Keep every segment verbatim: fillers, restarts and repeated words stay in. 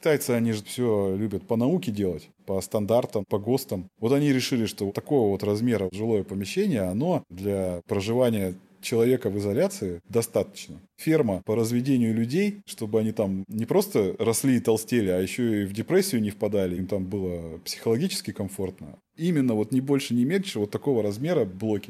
Китайцы, они же все любят по науке делать, по стандартам, по ГОСТам. Вот они решили, что такого вот размера жилое помещение, оно для проживания человека в изоляции достаточно. Ферма по разведению людей, чтобы они там не просто росли и толстели, а еще и в депрессию не впадали, им там было психологически комфортно. Именно вот ни больше, ни меньше вот такого размера блоки.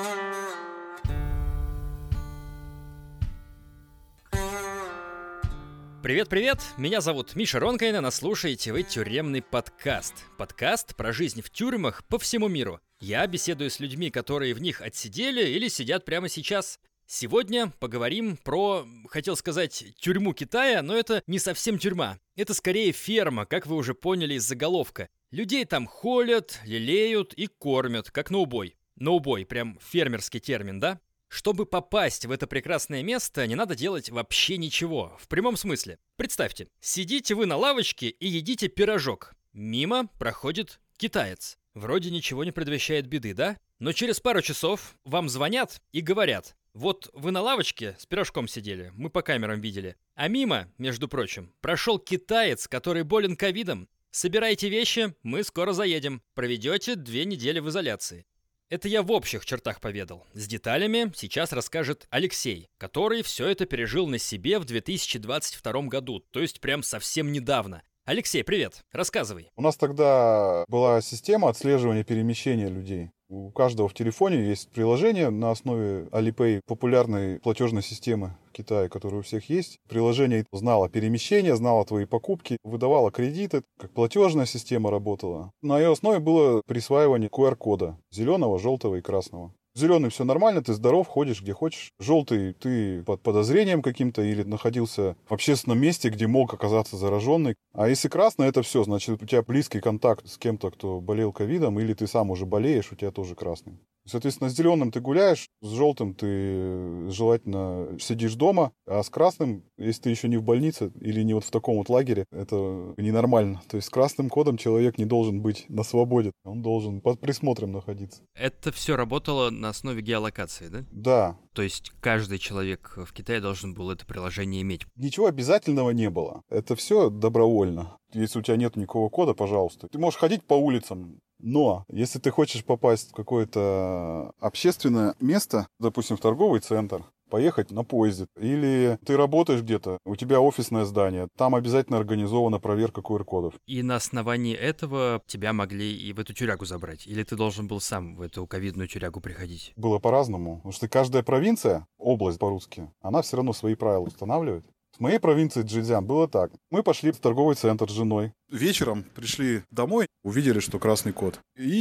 Привет-привет, меня зовут Миша Ронкайна, а слушаете вы тюремный подкаст. Подкаст про жизнь в тюрьмах по всему миру. Я беседую с людьми, которые в них отсидели или сидят прямо сейчас. Сегодня поговорим про, хотел сказать, тюрьму Китая, но это не совсем тюрьма. Это скорее ферма, как вы уже поняли из заголовка. Людей там холят, лелеют и кормят, как на убой. На убой, прям фермерский термин, да? Чтобы попасть в это прекрасное место, не надо делать вообще ничего, в прямом смысле. Представьте, сидите вы на лавочке и едите пирожок. Мимо проходит китаец. Вроде ничего не предвещает беды, да? Но через пару часов вам звонят и говорят: вот вы на лавочке с пирожком сидели, мы по камерам видели. А мимо, между прочим, прошел китаец, который болен ковидом. Собирайте вещи, мы скоро заедем. Проведете две недели в изоляции. Это я в общих чертах поведал. С деталями сейчас расскажет Алексей, который все это пережил на себе в две тысячи двадцать втором году, то есть прям совсем недавно. Алексей, привет, рассказывай. У нас тогда была система отслеживания перемещения людей. У каждого в телефоне есть приложение на основе Alipay, популярной платежной системы в Китае, которая у всех есть. Приложение знало перемещение, знало твои покупки, выдавало кредиты, как платежная система работала. На ее основе было присваивание ку ар кода зеленого, желтого и красного. Зеленый все нормально, ты здоров, ходишь где хочешь. Желтый ты под подозрением каким-то или находился в общественном месте, где мог оказаться зараженный. А если красный, это все, значит, у тебя близкий контакт с кем-то, кто болел ковидом, или ты сам уже болеешь, у тебя тоже красный. Соответственно, с зеленым ты гуляешь, с желтым ты желательно сидишь дома, а с красным, если ты еще не в больнице или не вот в таком вот лагере, это ненормально. То есть с красным кодом человек не должен быть на свободе, он должен под присмотром находиться. Это все работало на основе геолокации, да? Да. То есть каждый человек в Китае должен был это приложение иметь? Ничего обязательного не было. Это все добровольно. Если у тебя нет никакого кода, пожалуйста. Ты можешь ходить по улицам. Но если ты хочешь попасть в какое-то общественное место, допустим, в торговый центр, поехать на поезде, или ты работаешь где-то, у тебя офисное здание, там обязательно организована проверка ку ар кодов. И на основании этого тебя могли и в эту тюрягу забрать? Или ты должен был сам в эту ковидную тюрягу приходить? Было по-разному, потому что каждая провинция, область по-русски, она все равно свои правила устанавливает. В моей провинции Чжэцзян было так. Мы пошли в торговый центр с женой. Вечером пришли домой, увидели, что красный код.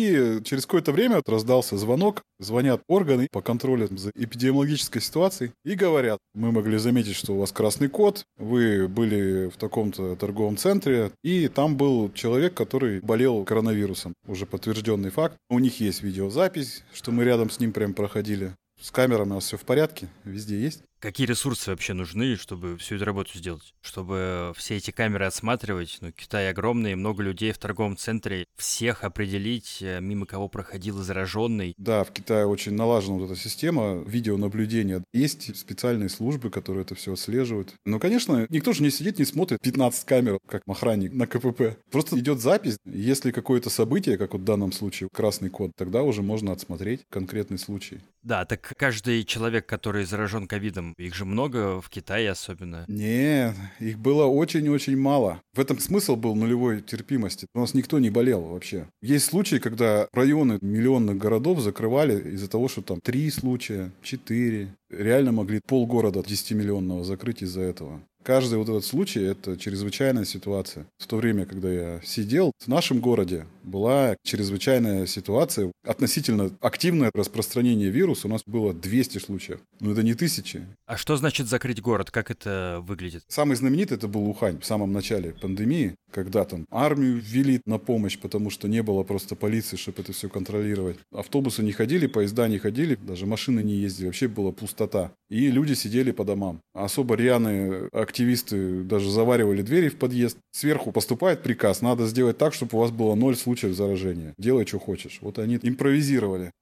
И через какое-то время раздался звонок. Звонят органы по контролю за эпидемиологической ситуацией и говорят: мы могли заметить, что у вас красный код, вы были в таком-то торговом центре, и там был человек, который болел коронавирусом. Уже подтвержденный факт. У них есть видеозапись, что мы рядом с ним прям проходили. С камерами у нас все в порядке, везде есть. Какие ресурсы вообще нужны, чтобы всю эту работу сделать? Чтобы все эти камеры отсматривать? Ну, Китай огромный, много людей в торговом центре. Всех определить, мимо кого проходил зараженный. Да, в Китае очень налажена вот эта система видеонаблюдения. Есть специальные службы, которые это все отслеживают. Но, конечно, никто же не сидит, не смотрит пятнадцать камер, как охранник на ка пэ пэ. Просто идет запись. Если какое-то событие, как вот в данном случае красный код, тогда уже можно отсмотреть конкретный случай. Да, так каждый человек, который заражен ковидом, их же много в Китае особенно. Нет, их было очень-очень мало. В этом смысл был нулевой терпимости. У нас никто не болел вообще. Есть случаи, когда районы миллионных городов закрывали из-за того, что там три случая, четыре. Реально могли полгорода десятимиллионного закрыть из-за этого. Каждый вот этот случай – это чрезвычайная ситуация. В то время, когда я сидел, в нашем городе была чрезвычайная ситуация. Относительно активное распространение вируса у нас было двести случаев. Но это не тысячи. А что значит закрыть город? Как это выглядит? Самый знаменитый это был Ухань в самом начале пандемии, когда там армию ввели на помощь, потому что не было просто полиции, чтобы это все контролировать. Автобусы не ходили, поезда не ходили, даже машины не ездили. Вообще была пустота. И люди сидели по домам. Особо рьяные активисты даже заваривали двери в подъезд. Сверху поступает приказ, надо сделать так, чтобы у вас было ноль случаев заражения. Делай, что хочешь. Вот они импровизировали.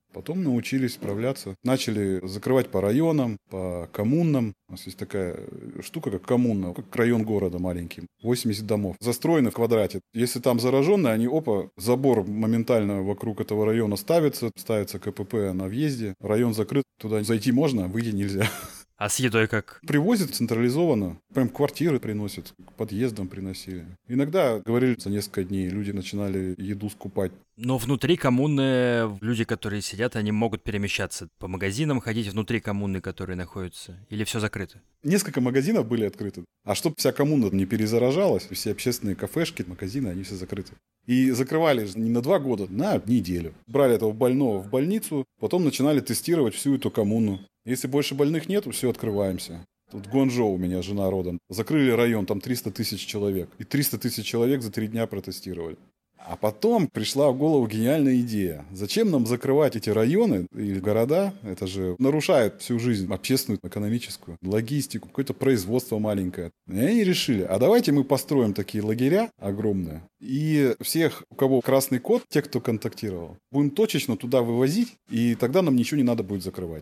Потом научились справляться. Начали закрывать по районам, по коммунам. У нас есть такая штука, как коммуна, как район города маленький. восемьдесят домов. Застроены в квадрате. Если там зараженные, они, опа, забор моментально вокруг этого района ставится. Ставится КПП на въезде. Район закрыт. Туда зайти можно, выйти нельзя. А с едой как? Привозят централизованно. Прям квартиры приносят, к подъездам приносили. Иногда, говорили, за несколько дней люди начинали еду скупать. Но внутри коммуны люди, которые сидят, они могут перемещаться по магазинам, ходить внутри коммуны, которые находятся? Или все закрыто? Несколько магазинов были открыты. А чтобы вся коммуна не перезаражалась, все общественные кафешки, магазины, они все закрыты. И закрывали не на два года, на неделю. Брали этого больного в больницу, потом начинали тестировать всю эту коммуну. Если больше больных нету, все, открываемся. Тут в Гуанчжоу у меня жена родом. Закрыли район, там триста тысяч человек. И триста тысяч человек за три дня протестировали. А потом пришла в голову гениальная идея. Зачем нам закрывать эти районы или города? Это же нарушает всю жизнь, общественную, экономическую, логистику, какое-то производство маленькое. И они решили, а давайте мы построим такие лагеря огромные. И всех, у кого красный код, те, кто контактировал, будем точечно туда вывозить, и тогда нам ничего не надо будет закрывать.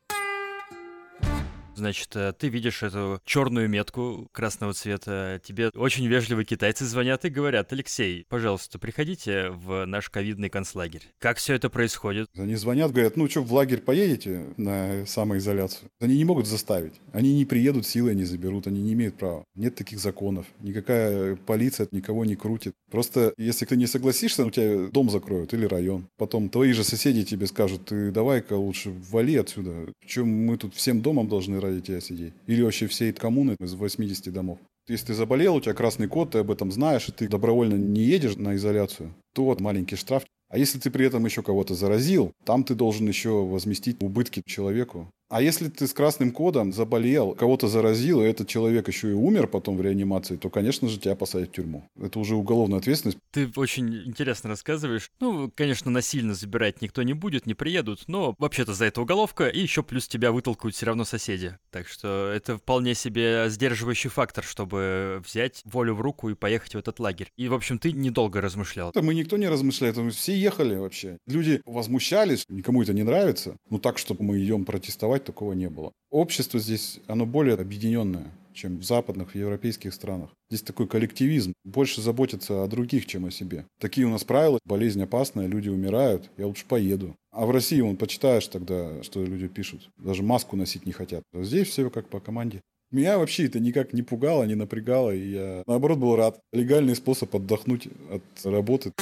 Значит, ты видишь эту черную метку красного цвета, тебе очень вежливые китайцы звонят и говорят: Алексей, пожалуйста, приходите в наш ковидный концлагерь. Как все это происходит? Они звонят, говорят: ну что, в лагерь поедете на самоизоляцию? Они не могут заставить. Они не приедут, силой не заберут, они не имеют права. Нет таких законов. Никакая полиция никого не крутит. Просто если ты не согласишься, у тебя дом закроют или район. Потом твои же соседи тебе скажут: ты давай-ка лучше вали отсюда. Причем мы тут всем домом должны ради тебя сидеть. Или вообще всей коммуны из восьмидесяти домов. Если ты заболел, у тебя красный код, ты об этом знаешь, и ты добровольно не едешь на изоляцию, то вот маленький штраф. А если ты при этом еще кого-то заразил, там ты должен еще возместить убытки человеку. А если ты с красным кодом заболел, кого-то заразил, и этот человек еще и умер потом в реанимации, то, конечно же, тебя посадят в тюрьму. Это уже уголовная ответственность. Ты очень интересно рассказываешь. Ну, конечно, насильно забирать никто не будет, не приедут, но вообще-то за это уголовка, и еще плюс тебя вытолкают все равно соседи. Так что это вполне себе сдерживающий фактор, чтобы взять волю в руку и поехать в этот лагерь. И, в общем, ты недолго размышлял. Это мы никто не размышляет, мы все ехали вообще. Люди возмущались, никому это не нравится. Ну так, чтобы мы идем протестовать, такого не было. Общество здесь, оно более объединенное, чем в западных, в европейских странах. Здесь такой коллективизм. Больше заботятся о других, чем о себе. Такие у нас правила. Болезнь опасная, люди умирают. Я лучше поеду. А в России, вон, почитаешь тогда, что люди пишут. Даже маску носить не хотят. А здесь все как по команде. Меня вообще это никак не пугало, не напрягало. И я, наоборот, был рад. Легальный способ отдохнуть от работы.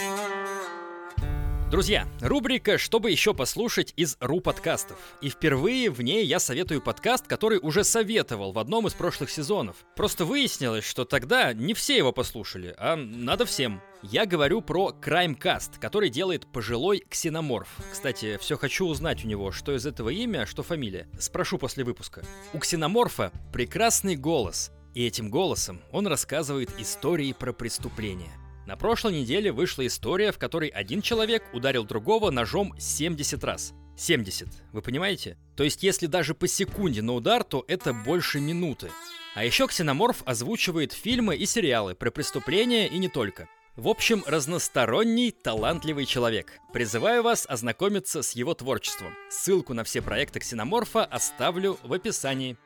Друзья, рубрика «Чтобы еще послушать» из РУ подкастов. И впервые в ней я советую подкаст, который уже советовал в одном из прошлых сезонов. Просто выяснилось, что тогда не все его послушали, а надо всем. Я говорю про Crimecast, который делает пожилой ксеноморф. Кстати, все хочу узнать у него, что из этого имя, что фамилия. Спрошу после выпуска. У ксеноморфа прекрасный голос, и этим голосом он рассказывает истории про преступления. На прошлой неделе вышла история, в которой один человек ударил другого ножом семьдесят раз. семьдесят, вы понимаете? То есть если даже по секунде на удар, то это больше минуты. А еще ксеноморф озвучивает фильмы и сериалы про преступления и не только. В общем, разносторонний, талантливый человек. Призываю вас ознакомиться с его творчеством. Ссылку на все проекты ксеноморфа оставлю в описании.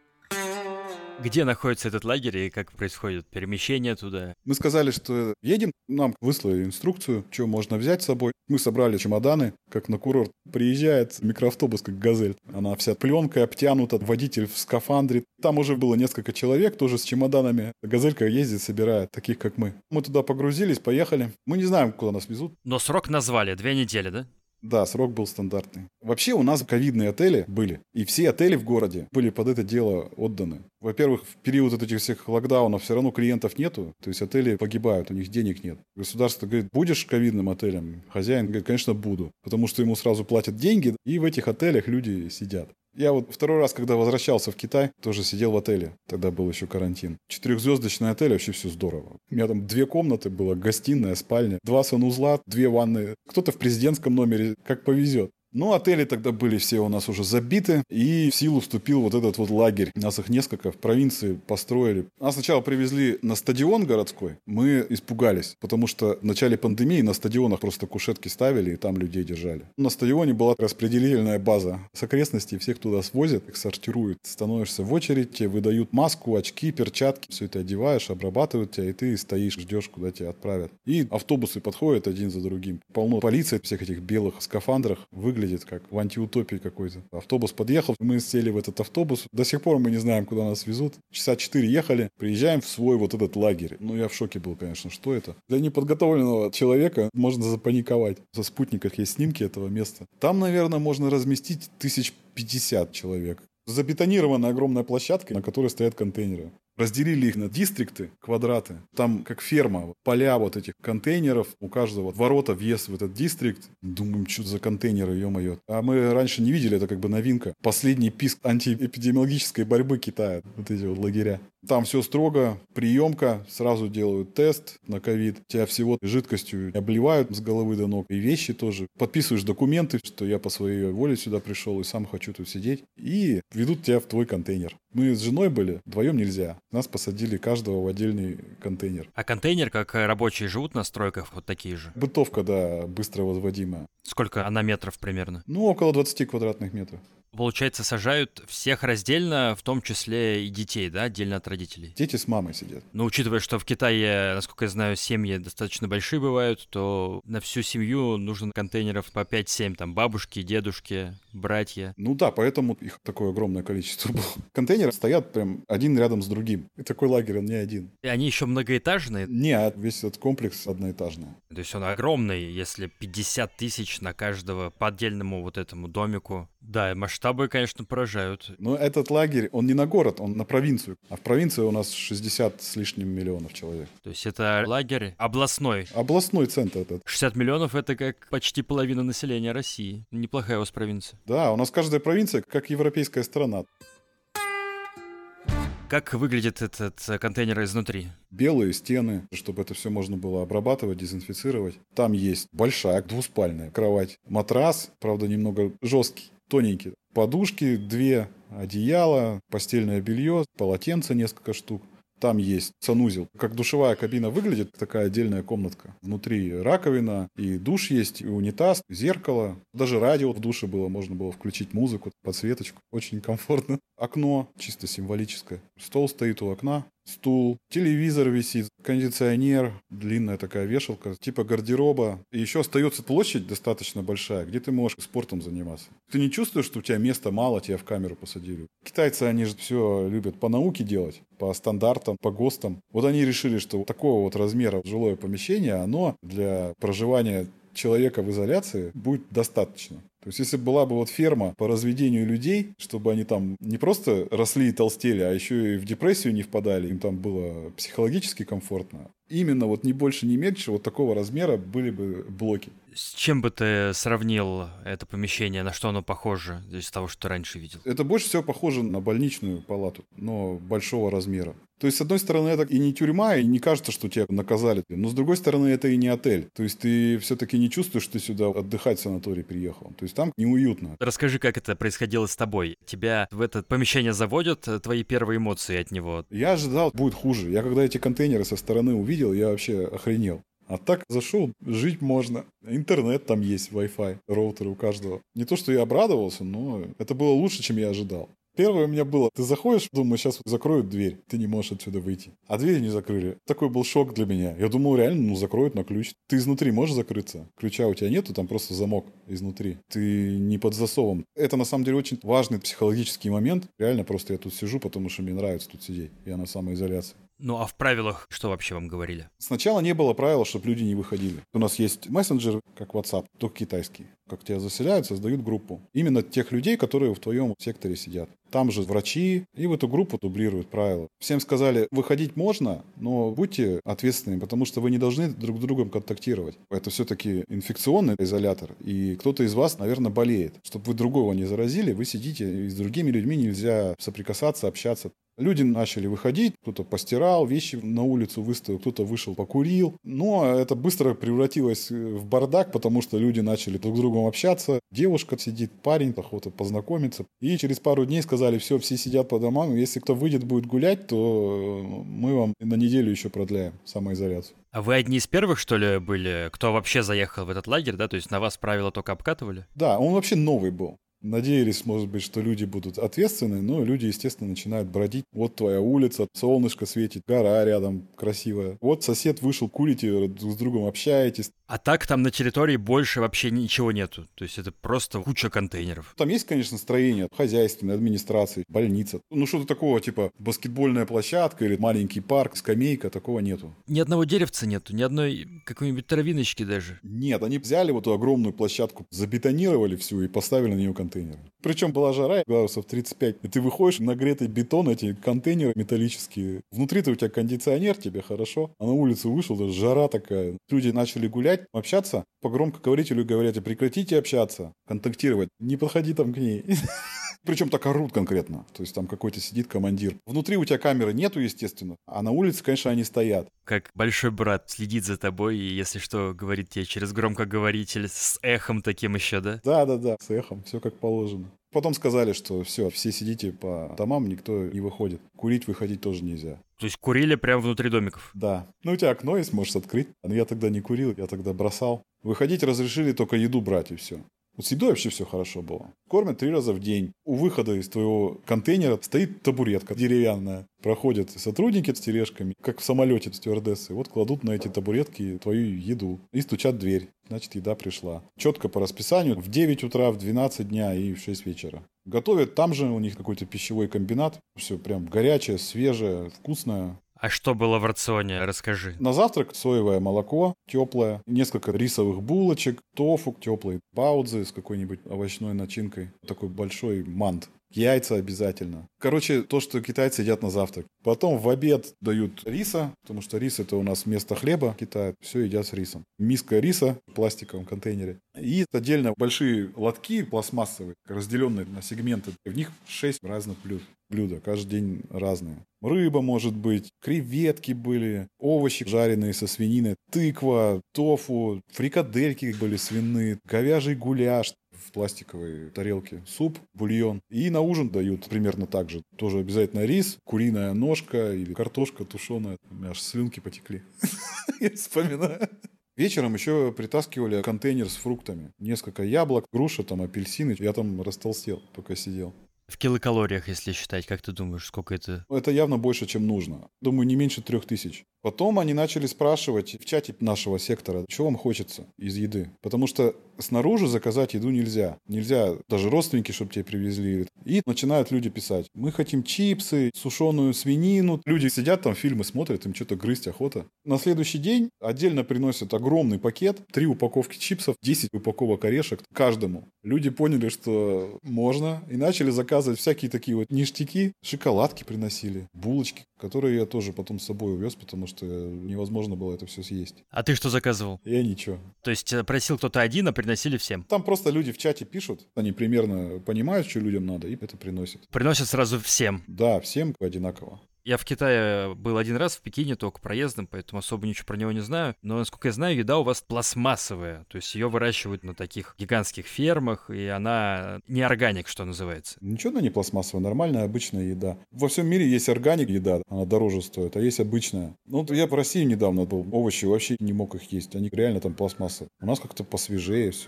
Где находится этот лагерь и как происходит перемещение туда? Мы сказали, что едем, нам выслали инструкцию, что можно взять с собой. Мы собрали чемоданы, как на курорт. Приезжает микроавтобус, как «Газель». Она вся пленкой обтянута, водитель в скафандре. Там уже было несколько человек тоже с чемоданами. «Газелька» ездит, собирает, таких как мы. Мы туда погрузились, поехали. Мы не знаем, куда нас везут. Но срок назвали, две недели, да? Да, срок был стандартный. Вообще у нас ковидные отели были, и все отели в городе были под это дело отданы. Во-первых, в период вот этих всех локдаунов все равно клиентов нету, то есть отели погибают, у них денег нет. Государство говорит: будешь ковидным отелем? Хозяин говорит: конечно, буду, потому что ему сразу платят деньги, и в этих отелях люди сидят. Я вот второй раз, когда возвращался в Китай, тоже сидел в отеле. Тогда был еще карантин. Четырехзвездочный отель, вообще все здорово. У меня там две комнаты было, гостиная, спальня, два санузла, две ванны. Кто-то в президентском номере, как повезет. Ну, отели тогда были все у нас уже забиты, и в силу вступил вот этот вот лагерь. Нас их несколько в провинции построили. Нас сначала привезли на стадион городской. Мы испугались, потому что в начале пандемии на стадионах просто кушетки ставили, и там людей держали. На стадионе была распределительная база с окрестностей, всех туда свозят, их сортируют. Становишься в очередь, тебе выдают маску, очки, перчатки, все это одеваешь, обрабатывают тебя, и ты стоишь, ждешь, куда тебя отправят. И автобусы подходят один за другим. Полно полиции, всех этих белых скафандрах, выглядит как в антиутопии какой-то. Автобус подъехал, мы сели в этот автобус. До сих пор мы не знаем, куда нас везут. Часа четыре ехали, приезжаем в свой вот этот лагерь. Ну, я в шоке был, конечно, что это. Для неподготовленного человека можно запаниковать. За спутниках есть снимки этого места. Там, наверное, можно разместить тысяч пятьдесят человек. Забетонированная огромная площадка, на которой стоят контейнеры. Разделили их на дистрикты, квадраты. Там как ферма, поля вот этих контейнеров. У каждого ворота, въезд в этот дистрикт. Думаем, что за контейнеры, ё-моё. А мы раньше не видели, это как бы новинка. Последний писк антиэпидемиологической борьбы Китая. Вот эти вот лагеря. Там все строго, приемка, сразу делают тест на ковид. Тебя всего жидкостью обливают с головы до ног. И вещи тоже. Подписываешь документы, что я по своей воле сюда пришел и сам хочу тут сидеть. И ведут тебя в твой контейнер. Мы с женой были, вдвоем нельзя. Нас посадили каждого в отдельный контейнер. А контейнер, как рабочие живут на стройках, вот такие же? Бытовка, да, быстро возводимая. Сколько она метров примерно? Ну, около двадцать квадратных метров. Получается, сажают всех раздельно, в том числе и детей, да, отдельно от родителей? Дети с мамой сидят. Но учитывая, что в Китае, насколько я знаю, семьи достаточно большие бывают, то на всю семью нужно контейнеров по пять-семь, там бабушки, дедушки, братья. Ну да, поэтому их такое огромное количество было. Контейнеры стоят прям один рядом с другим. И такой лагерь, он не один. И они еще многоэтажные? Не, весь этот комплекс одноэтажный. То есть он огромный, если пятьдесят тысяч на каждого по отдельному вот этому домику. Да, масштабы, конечно, поражают. Но этот лагерь, он не на город, он на провинцию. А в провинции у нас шестьдесят с лишним миллионов человек. То есть это лагерь областной? Областной центр этот. шестьдесят миллионов — это как почти половина населения России. Неплохая у вас провинция. Да, у нас каждая провинция как европейская страна. Как выглядит этот контейнер изнутри? Белые стены, чтобы это все можно было обрабатывать, дезинфицировать. Там есть большая двуспальная кровать, матрас, правда, немного жесткий, тоненький. Подушки две, одеяло, постельное белье, полотенца несколько штук. Там есть санузел. Как душевая кабина выглядит, такая отдельная комнатка. Внутри раковина, и душ есть, и унитаз, зеркало. Даже радио в душе было, можно было включить музыку, подсветочку. Очень комфортно. Окно чисто символическое. Стол стоит у окна. Стул, телевизор висит, кондиционер, длинная такая вешалка, типа гардероба. И еще остается площадь достаточно большая, где ты можешь спортом заниматься. Ты не чувствуешь, что у тебя места мало, тебя в камеру посадили. Китайцы, они же все любят по науке делать, по стандартам, по ГОСТам. Вот они решили, что такого вот размера жилое помещение, оно для проживания человека в изоляции будет достаточно. То есть, если была бы вот ферма по разведению людей, чтобы они там не просто росли и толстели, а еще и в депрессию не впадали, им там было психологически комфортно, именно вот ни больше, ни меньше вот такого размера были бы блоки. С чем бы ты сравнил это помещение, на что оно похоже из того, что ты раньше видел? Это больше всего похоже на больничную палату, но большого размера. То есть, с одной стороны, это и не тюрьма, и не кажется, что тебя наказали. Но, с другой стороны, это и не отель. То есть, ты все-таки не чувствуешь, что ты сюда отдыхать в санаторий приехал. То есть, там неуютно. Расскажи, как это происходило с тобой. Тебя в это помещение заводят, твои первые эмоции от него? Я ожидал, будет хуже. Я когда эти контейнеры со стороны увидел, я вообще охренел. А так зашел, жить можно. Интернет там есть, Wi-Fi, роутеры у каждого. Не то, что я обрадовался, но это было лучше, чем я ожидал. Первое у меня было, ты заходишь, думаю, сейчас закроют дверь, ты не можешь отсюда выйти. А двери не закрыли. Такой был шок для меня. Я думал, реально, ну, закроют на ключ. Ты изнутри можешь закрыться? Ключа у тебя нету, там просто замок изнутри. Ты не под засовом. Это, на самом деле, очень важный психологический момент. Реально, просто я тут сижу, потому что мне нравится тут сидеть. Я на самоизоляции. Ну, а в правилах что вообще вам говорили? Сначала не было правила, чтобы люди не выходили. У нас есть мессенджер, как WhatsApp, только китайский. Как тебя заселяют, создают группу. Именно тех людей, которые в твоем секторе сидят. Там же врачи, и в эту группу дублируют правила. Всем сказали, выходить можно, но будьте ответственными, потому что вы не должны друг с другом контактировать. Это все-таки инфекционный изолятор, и кто-то из вас, наверное, болеет. Чтобы вы другого не заразили, вы сидите, и с другими людьми нельзя соприкасаться, общаться. Люди начали выходить, кто-то постирал, вещи на улицу выставил, кто-то вышел покурил. Но это быстро превратилось в бардак, потому что люди начали друг с другом общаться. Девушка сидит, парень, охота познакомиться. И через пару дней сказали, все, все сидят по домам, если кто выйдет, будет гулять, то мы вам на неделю еще продляем самоизоляцию. А вы одни из первых, что ли, были, кто вообще заехал в этот лагерь, да? То есть на вас правила только обкатывали? Да, он вообще новый был. Надеялись, может быть, что люди будут ответственны, но люди, естественно, начинают бродить. Вот твоя улица, солнышко светит, гора рядом красивая. Вот сосед вышел, курите, друг с другом общаетесь. А так там на территории больше вообще ничего нету. То есть это просто куча контейнеров. Там есть, конечно, строение хозяйственной администрации, больница. Ну, что-то такого, типа баскетбольная площадка или маленький парк, скамейка, такого нету. Ни одного деревца нету, ни одной какой-нибудь травиночки даже. Нет, они взяли вот эту огромную площадку, забетонировали всю и поставили на нее контейнер. Причем была жара, градусов тридцать пять, и ты выходишь, нагретый бетон, эти контейнеры металлические. Внутри-то у тебя кондиционер, тебе хорошо, а на улицу вышел, даже жара такая. Люди начали гулять, общаться, по громкоговорителю говорят, прекратите общаться, контактировать, не подходи там к ней. Причем так орут конкретно. То есть там какой-то сидит командир. Внутри у тебя камеры нету, естественно. А на улице, конечно, они стоят. Как большой брат следит за тобой и, если что, говорит тебе через громкоговоритель с эхом таким еще, да? Да-да-да, с эхом. Все как положено. Потом сказали, что все, все сидите по домам, никто не выходит. Курить выходить тоже нельзя. То есть курили прямо внутри домиков? Да. Ну, у тебя окно есть, можешь открыть. Но я тогда не курил, я тогда бросал. Выходить разрешили только еду брать, и все. Вот с едой вообще все хорошо было. Кормят три раза в день. У выхода из твоего контейнера стоит табуретка деревянная. Проходят сотрудники с тележками, как в самолете стюардессы. Вот кладут на эти табуретки твою еду и стучат в дверь. Значит, еда пришла. Четко по расписанию. В девять утра, в двенадцать дня и в шесть вечера. Готовят. Там же у них какой-то пищевой комбинат. Все прям горячее, свежее, вкусное. А что было в рационе? Расскажи. На завтрак соевое молоко, теплое, несколько рисовых булочек, тофу, теплый, баудзы с какой-нибудь овощной начинкой, такой большой мант. Яйца обязательно. Короче, то, что китайцы едят на завтрак. Потом в обед дают риса, потому что рис это у нас вместо хлеба Китая. Все едят с рисом. Миска риса в пластиковом контейнере. И отдельно большие лотки пластмассовые, разделенные на сегменты. В них шесть разных блюд. Блюда, каждый день разные. Рыба может быть, креветки были, овощи жареные со свининой, тыква, тофу, фрикадельки были свиные, говяжий гуляш в пластиковой тарелке, суп, бульон. И на ужин дают примерно так же. Тоже обязательно рис, куриная ножка или картошка тушеная. У меня аж слюнки потекли. Я вспоминаю. Вечером еще притаскивали контейнер с фруктами. Несколько яблок, груша, там, апельсины. Я там растолстел, пока сидел. В килокалориях, если считать, как ты думаешь, сколько это? Это явно больше, чем нужно. Думаю, не меньше трех тысяч. Потом они начали спрашивать в чате нашего сектора, что вам хочется из еды. Потому что снаружи заказать еду нельзя. Нельзя даже родственники, чтобы тебе привезли. И начинают люди писать. Мы хотим чипсы, сушеную свинину. Люди сидят там, фильмы смотрят, им что-то грызть охота. На следующий день отдельно приносят огромный пакет. Три упаковки чипсов, десять упаковок орешек каждому. Люди поняли, что можно. И начали заказывать всякие такие вот ништяки. Шоколадки приносили, булочки, которые я тоже потом с собой увез, потому что невозможно было это все съесть. А ты что заказывал? Я ничего. То есть просил кто-то один, а приносили всем? Там просто люди в чате пишут, они примерно понимают, что людям надо, и это приносят. Приносят сразу всем? Да, всем одинаково. Я в Китае был один раз, в Пекине, только проездом, поэтому особо ничего про него не знаю. Но, насколько я знаю, еда у вас пластмассовая. То есть ее выращивают на таких гигантских фермах, и она не органик, что называется. Ничего она не пластмассовая, нормальная обычная еда. Во всем мире есть органик еда, она дороже стоит, а есть обычная. Ну, я по России недавно был, овощи вообще не мог их есть, они реально там пластмасса. У нас как-то посвежее все.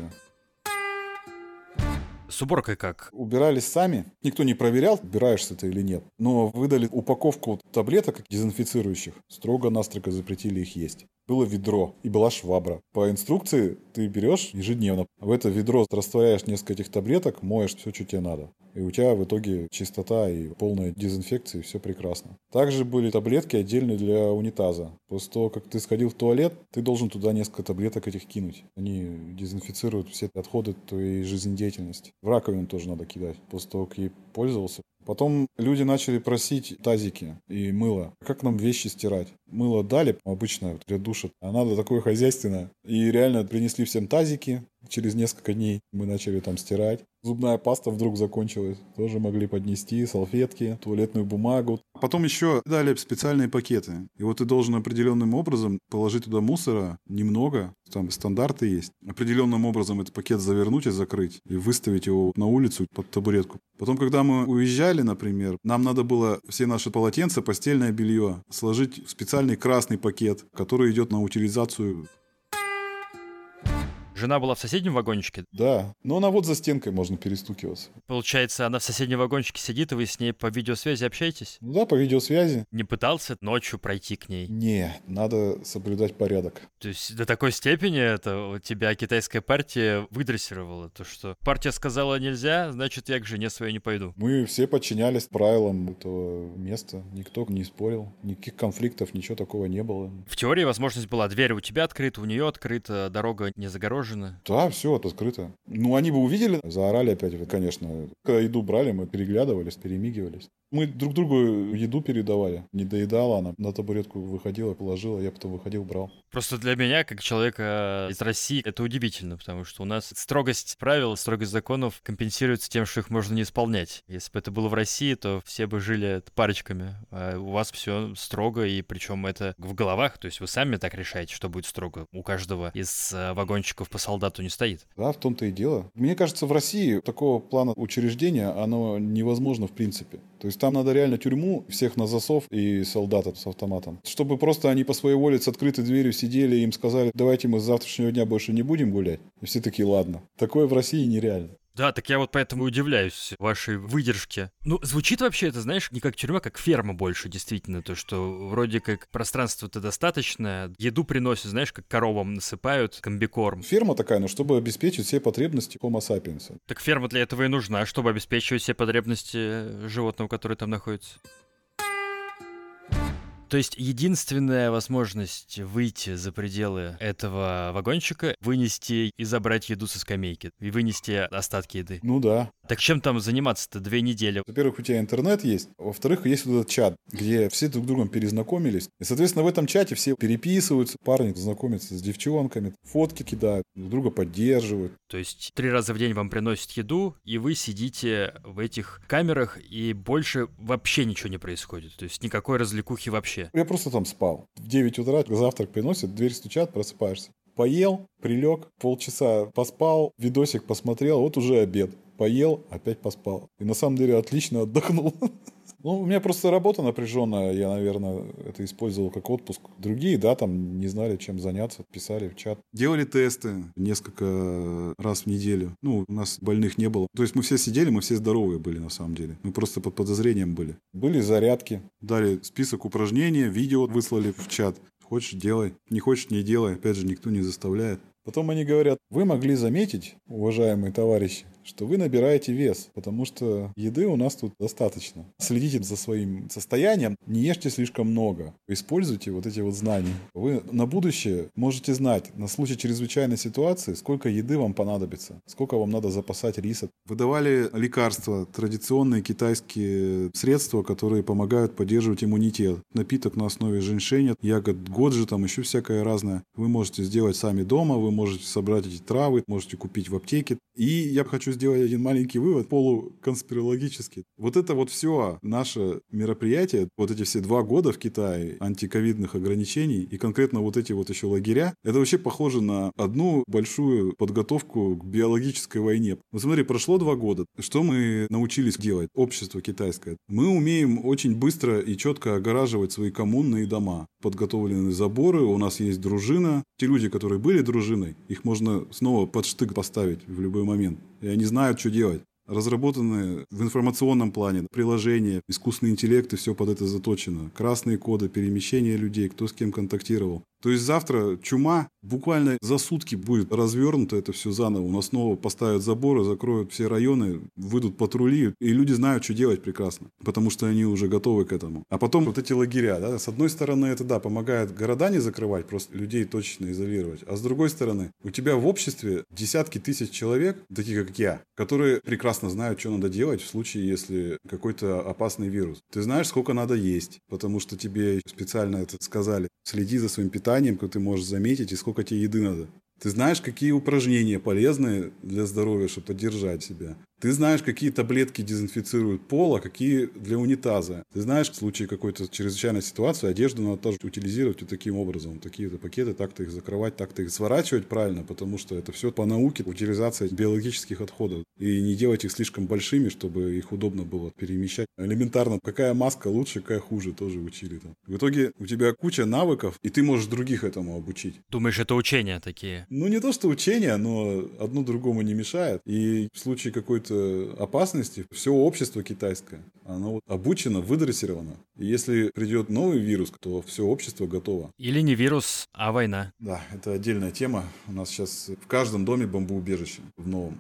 С уборкой как? Убирались сами. Никто не проверял, убираешься ты или нет. Но выдали упаковку таблеток дезинфицирующих. Строго-настрого запретили их есть. Было ведро и была швабра. По инструкции ты берешь ежедневно. В это ведро растворяешь несколько этих таблеток, моешь все, что тебе надо. И у тебя в итоге чистота и полная дезинфекция, и все прекрасно. Также были таблетки отдельные для унитаза. После того, как ты сходил в туалет, ты должен туда несколько таблеток этих кинуть. Они дезинфицируют все отходы твоей жизнедеятельности. В раковину тоже надо кидать, после того, как ей пользовался. Потом люди начали просить тазики и мыло. Как нам вещи стирать? Мыло дали, обычно для душа. А надо такое хозяйственное. И реально принесли всем тазики, Через несколько дней мы начали там стирать. Зубная паста вдруг закончилась. Тоже могли поднести салфетки, туалетную бумагу. Потом еще дали специальные пакеты. И вот ты должен определенным образом положить туда мусора немного. Там стандарты есть. Определенным образом этот пакет завернуть и закрыть. И выставить его на улицу под табуретку. Потом, когда мы уезжали, например, нам надо было все наши полотенца, постельное белье сложить в специальный красный пакет, который идет на утилизацию. Жена была в соседнем вагончике? Да, но она вот за стенкой, можно перестукиваться. Получается, она в соседнем вагончике сидит, и вы с ней по видеосвязи общаетесь? Ну да, по видеосвязи. Не пытался ночью пройти к ней? Не, надо соблюдать порядок. То есть до такой степени это у тебя китайская партия выдрессировала, то что партия сказала нельзя, значит я к жене своей не пойду. Мы все подчинялись правилам этого места, никто не спорил, никаких конфликтов, ничего такого не было. В теории возможность была, дверь у тебя открыта, у нее открыта, дорога не загорожена. Да, все, это открыто. Ну, они бы увидели, заорали опять, конечно. Когда еду брали, мы переглядывались, перемигивались. Мы друг другу еду передавали. Не доедала она, на табуретку выходила, положила, я потом выходил, брал. Просто для меня, как человека из России, это удивительно, потому что у нас строгость правил, строгость законов компенсируется тем, что их можно не исполнять. Если бы это было в России, то все бы жили парочками. А у вас все строго, и причем это в головах, то есть вы сами так решаете, что будет строго. У каждого из вагончиков по солдату не стоит. Да, в том-то и дело. Мне кажется, в России такого плана учреждения, оно невозможно в принципе. То есть там надо реально тюрьму, всех на засов и солдатов с автоматом. Чтобы просто они по своей воле с открытой дверью сидели и им сказали, давайте мы с завтрашнего дня больше не будем гулять. И все такие, ладно. Такое в России нереально. Да, так я вот поэтому удивляюсь вашей выдержке. Ну, звучит вообще это, знаешь, не как тюрьма, как ферма больше, действительно. То, что вроде как пространства-то достаточно, еду приносят, знаешь, как коровам насыпают комбикорм. Ферма такая, но чтобы обеспечить все потребности Homo sapiens. Так ферма для этого и нужна, чтобы обеспечивать все потребности животного, которое там находится. То есть единственная возможность выйти за пределы этого вагончика — вынести и забрать еду со скамейки, и вынести остатки еды. Ну да. Так чем там заниматься-то две недели? Во-первых, у тебя интернет есть, во-вторых, есть вот этот чат, где все друг с другом перезнакомились. И, соответственно, в этом чате все переписываются, парни знакомятся с девчонками, фотки кидают, друг друга поддерживают. То есть три раза в день вам приносят еду, и вы сидите в этих камерах, и больше вообще ничего не происходит. То есть никакой развлекухи вообще. Я просто там спал. В девять утра завтрак приносят, дверь стучат, просыпаешься. Поел, прилег, полчаса поспал, видосик посмотрел, вот уже обед. Поел, опять поспал. И на самом деле отлично отдохнул. Ну, у меня просто работа напряженная, я, наверное, это использовал как отпуск. Другие, да, там не знали, чем заняться, писали в чат. Делали тесты несколько раз в неделю. Ну, у нас больных не было. То есть мы все сидели, мы все здоровые были на самом деле. Мы просто под подозрением были. Были зарядки, дали список упражнений, видео выслали в чат. Хочешь — делай, не хочешь — не делай. Опять же, никто не заставляет. Потом они говорят, вы могли заметить, уважаемые товарищи, что вы набираете вес, потому что еды у нас тут достаточно. Следите за своим состоянием, не ешьте слишком много. Используйте вот эти вот знания. Вы на будущее можете знать, на случай чрезвычайной ситуации, сколько еды вам понадобится, сколько вам надо запасать риса. Выдавали лекарства, традиционные китайские средства, которые помогают поддерживать иммунитет. Напиток на основе женьшеня, ягод годжи, там еще всякое разное. Вы можете сделать сами дома, вы можете собрать эти травы, можете купить в аптеке. И я хочу сделать один маленький вывод, полуконспирологический. Вот это вот все наше мероприятие, вот эти все два года в Китае антиковидных ограничений и конкретно вот эти вот еще лагеря, это вообще похоже на одну большую подготовку к биологической войне. Вот смотри, прошло два года. Что мы научились делать? Общество китайское. Мы умеем очень быстро и четко огораживать свои коммунные дома. Подготовлены заборы, у нас есть дружина. Те люди, которые были дружиной, их можно снова под штык поставить в любой момент. И они знают, что делать. Разработаны в информационном плане приложения, искусственный интеллект, и все под это заточено. Красные коды, перемещение людей, кто с кем контактировал. То есть завтра чума буквально за сутки будет развернуто это все заново. У нас снова поставят заборы, закроют все районы, выйдут патрули, и люди знают, что делать прекрасно, потому что они уже готовы к этому. А потом вот эти лагеря, да, с одной стороны это, да, помогает города не закрывать, просто людей точечно изолировать, а с другой стороны у тебя в обществе десятки тысяч человек, таких как я, которые прекрасно знают, что надо делать в случае, если какой-то опасный вирус. Ты знаешь, сколько надо есть, потому что тебе специально это сказали. Следи за своим питанием, как ты можешь заметить, и сколько тебе еды надо. Ты знаешь, какие упражнения полезны для здоровья, чтобы поддержать себя. Ты знаешь, какие таблетки дезинфицируют пол, а какие для унитаза. Ты знаешь, в случае какой-то чрезвычайной ситуации одежду надо тоже утилизировать вот таким образом. Такие-то пакеты, так-то их закрывать, так-то их сворачивать правильно, потому что это все по науке утилизация биологических отходов. И не делать их слишком большими, чтобы их удобно было перемещать. Элементарно, какая маска лучше, какая хуже, тоже учили там. В итоге у тебя куча навыков, и ты можешь других этому обучить. Думаешь, это учения такие? Ну, не то, что учения, но одно другому не мешает. И в случае какой-то опасности все общество китайское, оно вот обучено, выдрессировано. И если придет новый вирус, то все общество готово. Или не вирус, а война. Да, это отдельная тема. У нас сейчас в каждом доме бомбоубежище, в новом.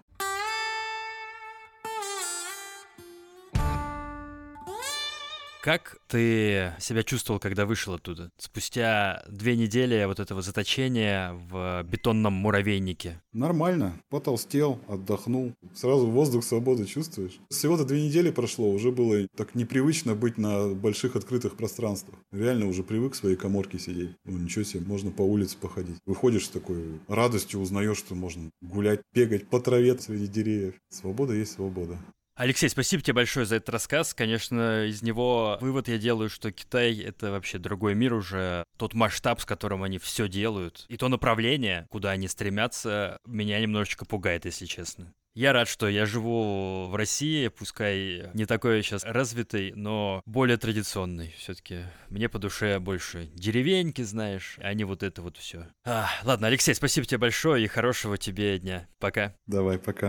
Как ты себя чувствовал, когда вышел оттуда? Спустя две недели вот этого заточения в бетонном муравейнике. Нормально. Потолстел, отдохнул. Сразу воздух свободы чувствуешь. Всего-то две недели прошло, уже было так непривычно быть на больших открытых пространствах. Реально уже привык в своей каморке сидеть. Ну ничего себе, можно по улице походить. Выходишь с такой радостью, узнаешь, что можно гулять, бегать по траве среди деревьев. Свобода есть свобода. Алексей, спасибо тебе большое за этот рассказ. Конечно, из него вывод я делаю, что Китай — это вообще другой мир уже. Тот масштаб, с которым они все делают, и то направление, куда они стремятся, меня немножечко пугает, если честно. Я рад, что я живу в России, пускай не такой сейчас развитый, но более традиционный все-таки. Мне по душе больше деревеньки, знаешь, а не вот это вот все. А, ладно, Алексей, спасибо тебе большое и хорошего тебе дня. Пока. Давай, пока.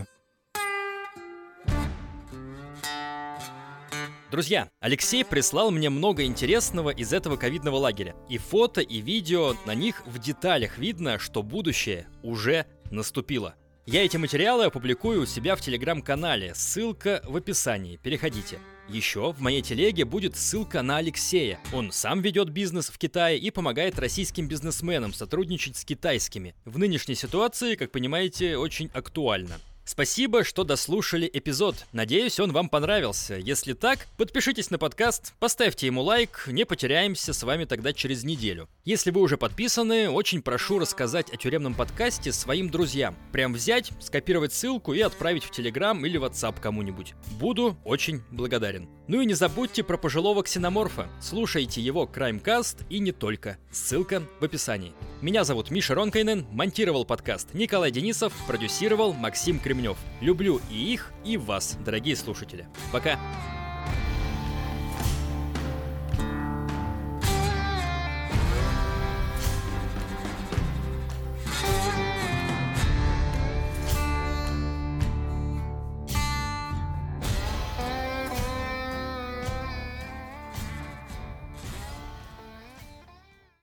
Друзья, Алексей прислал мне много интересного из этого ковидного лагеря. И фото, и видео, на них в деталях видно, что будущее уже наступило. Я эти материалы опубликую у себя в телеграм-канале, ссылка в описании, переходите. Еще в моей телеге будет ссылка на Алексея. Он сам ведет бизнес в Китае и помогает российским бизнесменам сотрудничать с китайскими. В нынешней ситуации, как понимаете, очень актуально. Спасибо, что дослушали эпизод. Надеюсь, он вам понравился. Если так, подпишитесь на подкаст, поставьте ему лайк, не потеряемся с вами тогда через неделю. Если вы уже подписаны, очень прошу рассказать о тюремном подкасте своим друзьям. Прям взять, скопировать ссылку и отправить в Telegram или WhatsApp кому-нибудь. Буду очень благодарен. Ну и не забудьте про пожилого ксеноморфа. Слушайте его Crimecast и не только. Ссылка в описании. Меня зовут Миша Ронкайнен, монтировал подкаст Николай Денисов, продюсировал Максим Кремнев. Люблю и их, и вас, дорогие слушатели. Пока!